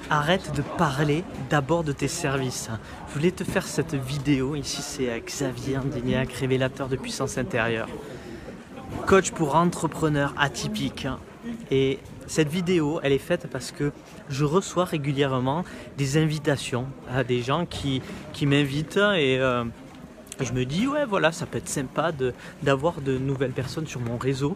arrête de parler d'abord de tes services. Je voulais te faire cette vidéo. Ici, c'est Xavier Andignac, révélateur de puissance intérieure. Coach pour entrepreneurs atypiques. Et cette vidéo, elle est faite parce que je reçois régulièrement des invitations à des gens qui m'invitent et je me dis, ouais, voilà, ça peut être sympa d'avoir de nouvelles personnes sur mon réseau.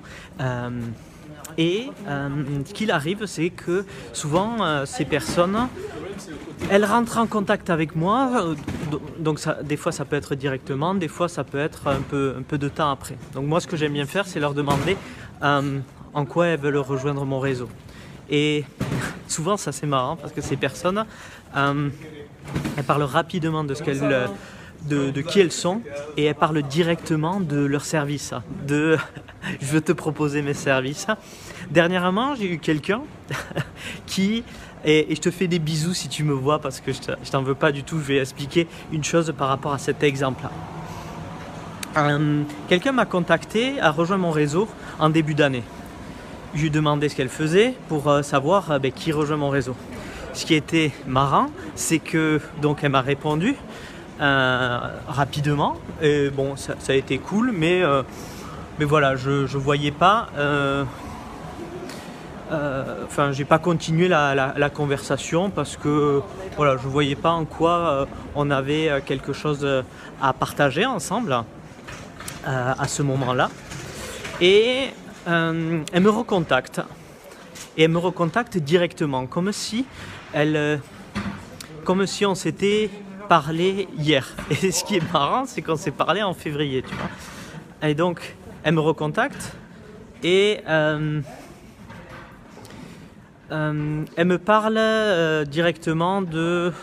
Ce qu'il arrive, c'est que souvent, ces personnes, elles rentrent en contact avec moi. Donc des fois, ça peut être directement, des fois, ça peut être un peu de temps après. Donc moi, ce que j'aime bien faire, c'est leur demander en quoi elles veulent rejoindre mon réseau. Et souvent, ça c'est marrant parce que ces personnes, elles parlent rapidement de ce qu'elles... De qui elles sont et elles parlent directement de leurs services, je veux te proposer mes services. Dernièrement, j'ai eu quelqu'un qui, et je te fais des bisous si tu me vois parce que je t'en veux pas du tout, je vais expliquer une chose par rapport à cet exemple-là. Quelqu'un m'a contacté, a rejoint mon réseau en début d'année. Je lui ai demandé ce qu'elle faisait pour savoir qui rejoint mon réseau. Ce qui était marrant, c'est que donc elle m'a répondu rapidement et bon ça a été cool mais voilà je voyais pas j'ai pas continué la conversation parce que voilà je voyais pas en quoi on avait quelque chose à partager ensemble à ce moment là et elle me recontacte directement comme si on s'était parlé hier. Et ce qui est marrant, c'est qu'on s'est parlé en février, tu vois. Et donc, elle me recontacte et elle me parle directement de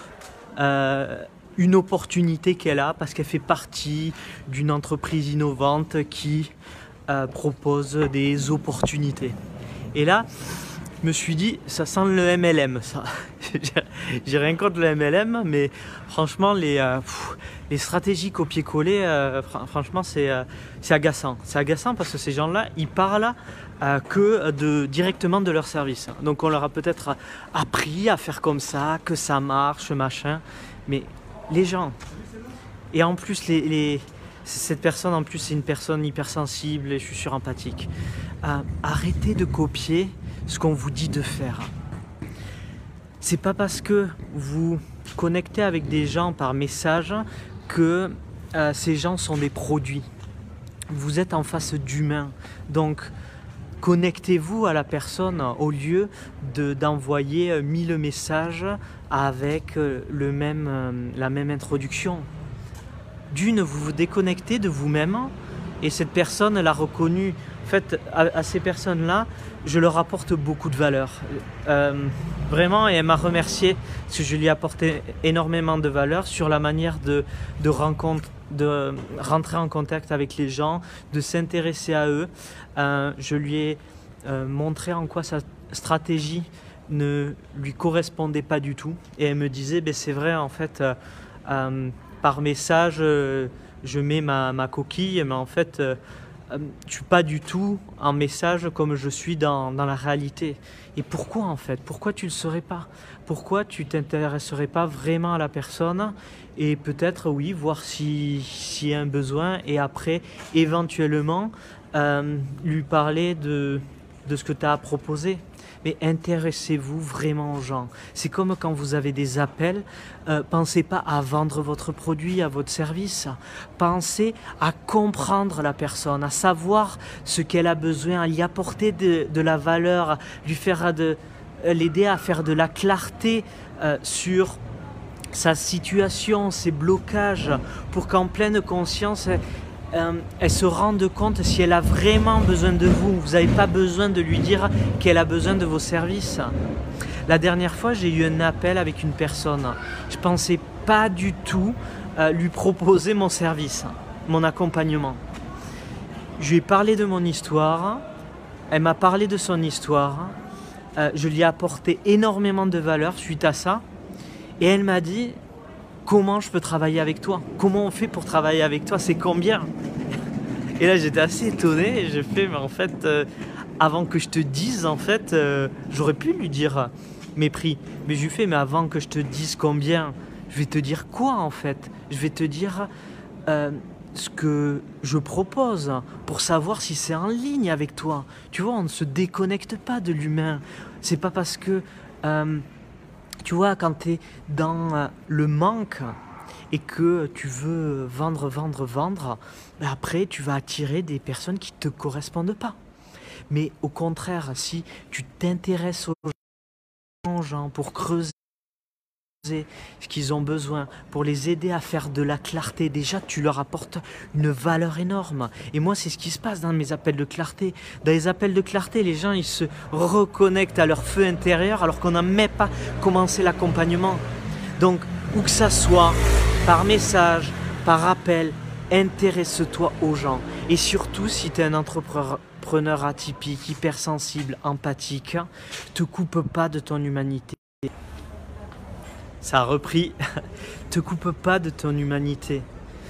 une opportunité qu'elle a parce qu'elle fait partie d'une entreprise innovante qui propose des opportunités. Et là, je me suis dit, ça sent le MLM, ça. J'ai rien contre le MLM, mais franchement, les stratégies copier-coller, franchement, c'est agaçant. C'est agaçant parce que ces gens-là, ils parlent directement de leur service. Donc, on leur a peut-être appris à faire comme ça, que ça marche, machin. Mais les gens, et en plus, cette personne, en plus, c'est une personne hypersensible et je suis surempathique. Arrêtez de copier ce qu'on vous dit de faire. C'est pas parce que vous connectez avec des gens par message que ces gens sont des produits. Vous êtes en face d'humains. Donc, connectez-vous à la personne au lieu d'envoyer 1000 messages avec la même introduction. D'une, vous vous déconnectez de vous-même et cette personne l'a reconnu. En fait, à ces personnes-là, je leur apporte beaucoup de valeur. Vraiment, et elle m'a remercié parce que je lui ai apporté énormément de valeur sur la manière de rentrer en contact avec les gens, de s'intéresser à eux. Je lui ai montré en quoi sa stratégie ne lui correspondait pas du tout. Et elle me disait, c'est vrai, en fait, par message, je mets ma coquille, mais en fait... je suis pas du tout en message comme je suis dans la réalité. Et pourquoi en fait? Pourquoi tu le serais pas? Pourquoi tu t'intéresserais pas vraiment à la personne et peut-être oui, voir s'il y a un besoin et après éventuellement lui parler de ce que tu as à proposer. Mais intéressez-vous vraiment aux gens. C'est comme quand vous avez des appels, pensez pas à vendre votre produit, à votre service. Pensez à comprendre la personne, à savoir ce qu'elle a besoin, à y apporter de la valeur, l'aider à faire de la clarté sur sa situation, ses blocages, pour qu'en pleine conscience, elle se rende compte si elle a vraiment besoin de vous. Vous n'avez pas besoin de lui dire qu'elle a besoin de vos services. La dernière fois, j'ai eu un appel avec une personne. Je ne pensais pas du tout lui proposer mon service, mon accompagnement. Je lui ai parlé de mon histoire. Elle m'a parlé de son histoire. Je lui ai apporté énormément de valeur suite à ça. Et elle m'a dit... Comment je peux travailler avec toi? Comment on fait pour travailler avec toi? C'est combien? Et là, j'étais assez étonné. Et j'ai fait, mais en fait, avant que je te dise, en fait, j'aurais pu lui dire mépris. Mais je lui fais, mais avant que je te dise combien, je vais te dire quoi en fait? Je vais te dire ce que je propose pour savoir si c'est en ligne avec toi. Tu vois, on ne se déconnecte pas de l'humain. C'est pas parce que, tu vois, quand tu es dans le manque et que tu veux vendre, ben après tu vas attirer des personnes qui ne te correspondent pas. Mais au contraire, si tu t'intéresses aux gens pour creuser ce qu'ils ont besoin, pour les aider à faire de la clarté, déjà tu leur apportes une valeur énorme. Et moi c'est ce qui se passe dans mes appels de clarté. Dans les appels de clarté, les gens ils se reconnectent à leur feu intérieur alors qu'on n'a même pas commencé l'accompagnement. Donc où que ça soit, par message, par appel, intéresse-toi aux gens. Et surtout si tu es un entrepreneur atypique, hypersensible, empathique, te coupe pas de ton humanité. Ça a repris. Te coupe pas de ton humanité.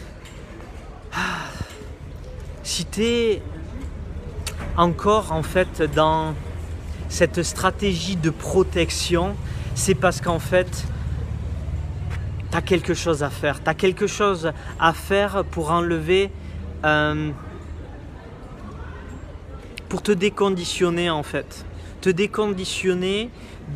Si tu es encore en fait dans cette stratégie de protection, c'est parce qu'en fait, tu as quelque chose à faire. Tu as quelque chose à faire pour enlever, pour te déconditionner en fait. Te déconditionner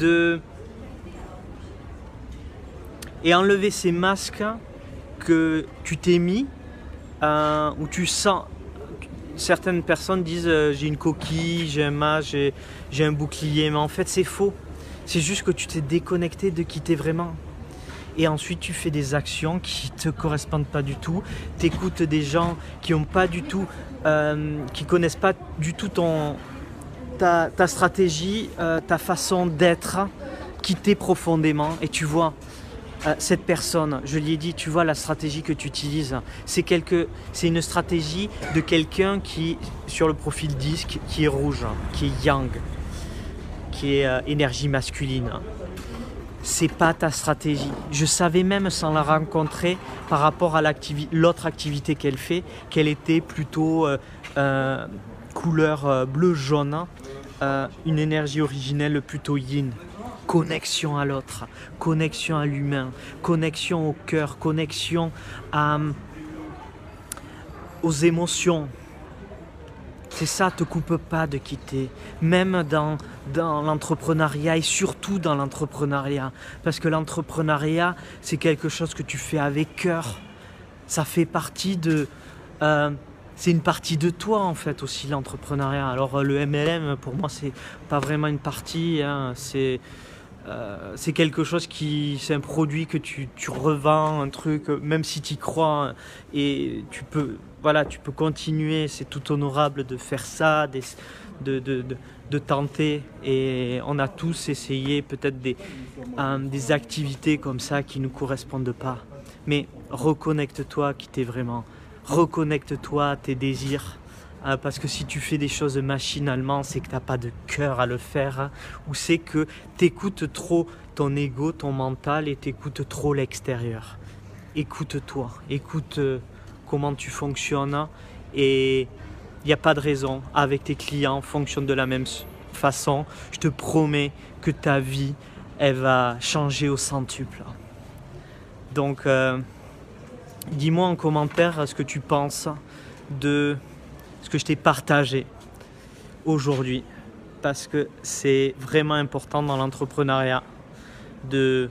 et enlever ces masques que tu t'es mis, où tu sens. Certaines personnes disent j'ai une coquille, j'ai un masque, j'ai un bouclier, mais en fait c'est faux. C'est juste que tu t'es déconnecté de qui t'es vraiment. Et ensuite tu fais des actions qui ne te correspondent pas du tout. Tu écoutes des gens qui ont pas du tout, qui connaissent pas du tout ta stratégie, ta façon d'être, qui t'est profondément. Et tu vois, cette personne, je lui ai dit, tu vois la stratégie que tu utilises, c'est une stratégie de quelqu'un qui, sur le profil disque, qui est rouge, qui est yang, qui est énergie masculine. C'est pas ta stratégie. Je savais même sans la rencontrer par rapport à l'autre activité qu'elle fait, qu'elle était plutôt couleur bleu-jaune, une énergie originelle plutôt yin. Connexion à l'autre, connexion à l'humain, connexion au cœur, connexion aux émotions. C'est ça, te coupe pas de quitter, même dans l'entrepreneuriat et surtout dans l'entrepreneuriat. Parce que l'entrepreneuriat, c'est quelque chose que tu fais avec cœur. Ça fait partie de... c'est une partie de toi en fait aussi l'entrepreneuriat. Alors le MLM pour moi c'est pas vraiment une partie, hein. C'est quelque chose c'est un produit que tu revends, un truc, même si tu y crois et tu peux continuer, c'est tout honorable de faire ça, de tenter. Et on a tous essayé peut-être des activités comme ça qui ne nous correspondent pas. Mais reconnecte-toi qui t'es vraiment, reconnecte-toi à tes désirs. Parce que si tu fais des choses machinalement, c'est que tu n'as pas de cœur à le faire, ou c'est que tu écoutes trop ton ego, ton mental, et tu écoutes trop l'extérieur. Écoute-toi, écoute comment tu fonctionnes, et il n'y a pas de raison. Avec tes clients, fonctionne de la même façon. Je te promets que ta vie, elle va changer au centuple. Donc, dis-moi en commentaire ce que tu penses de ce que je t'ai partagé aujourd'hui, parce que c'est vraiment important dans l'entrepreneuriat de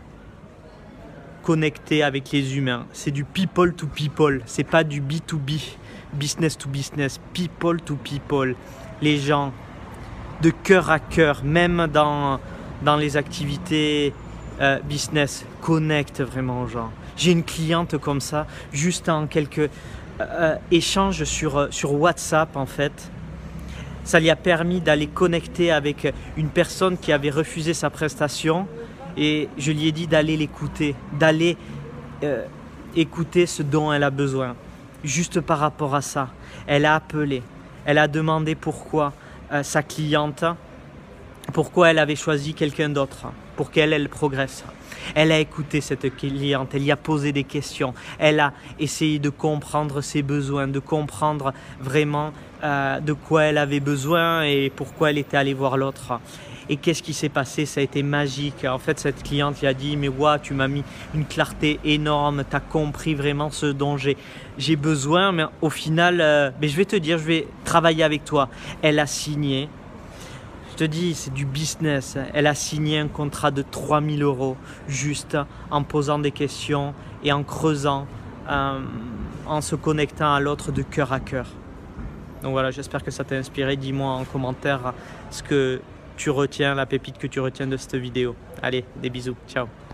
connecter avec les humains. C'est du people to people, c'est pas du B2B, business to business, people to people. Les gens de cœur à cœur, même dans les activités business, connecte vraiment aux gens. J'ai une cliente comme ça, juste en quelques échanges sur WhatsApp en fait. Ça lui a permis d'aller connecter avec une personne qui avait refusé sa prestation, et je lui ai dit d'aller l'écouter, d'aller écouter ce dont elle a besoin. Juste par rapport à ça, elle a appelé, elle a demandé pourquoi sa cliente, pourquoi elle avait choisi quelqu'un d'autre, pour qu'elle progresse. Elle a écouté cette cliente, elle y a posé des questions, elle a essayé de comprendre ses besoins, de comprendre vraiment de quoi elle avait besoin et pourquoi elle était allée voir l'autre. Et qu'est-ce qui s'est passé? Ça a été magique. En fait, cette cliente lui a dit, mais waouh, tu m'as mis une clarté énorme, tu as compris vraiment ce dont j'ai besoin. Mais au final, mais je vais te dire, je vais travailler avec toi. Elle a signé. Je te dis, c'est du business. Elle a signé un contrat de 3 000 € juste en posant des questions et en creusant, en se connectant à l'autre de cœur à cœur. Donc voilà, j'espère que ça t'a inspiré. Dis-moi en commentaire ce que tu retiens, la pépite que tu retiens de cette vidéo. Allez, des bisous. Ciao.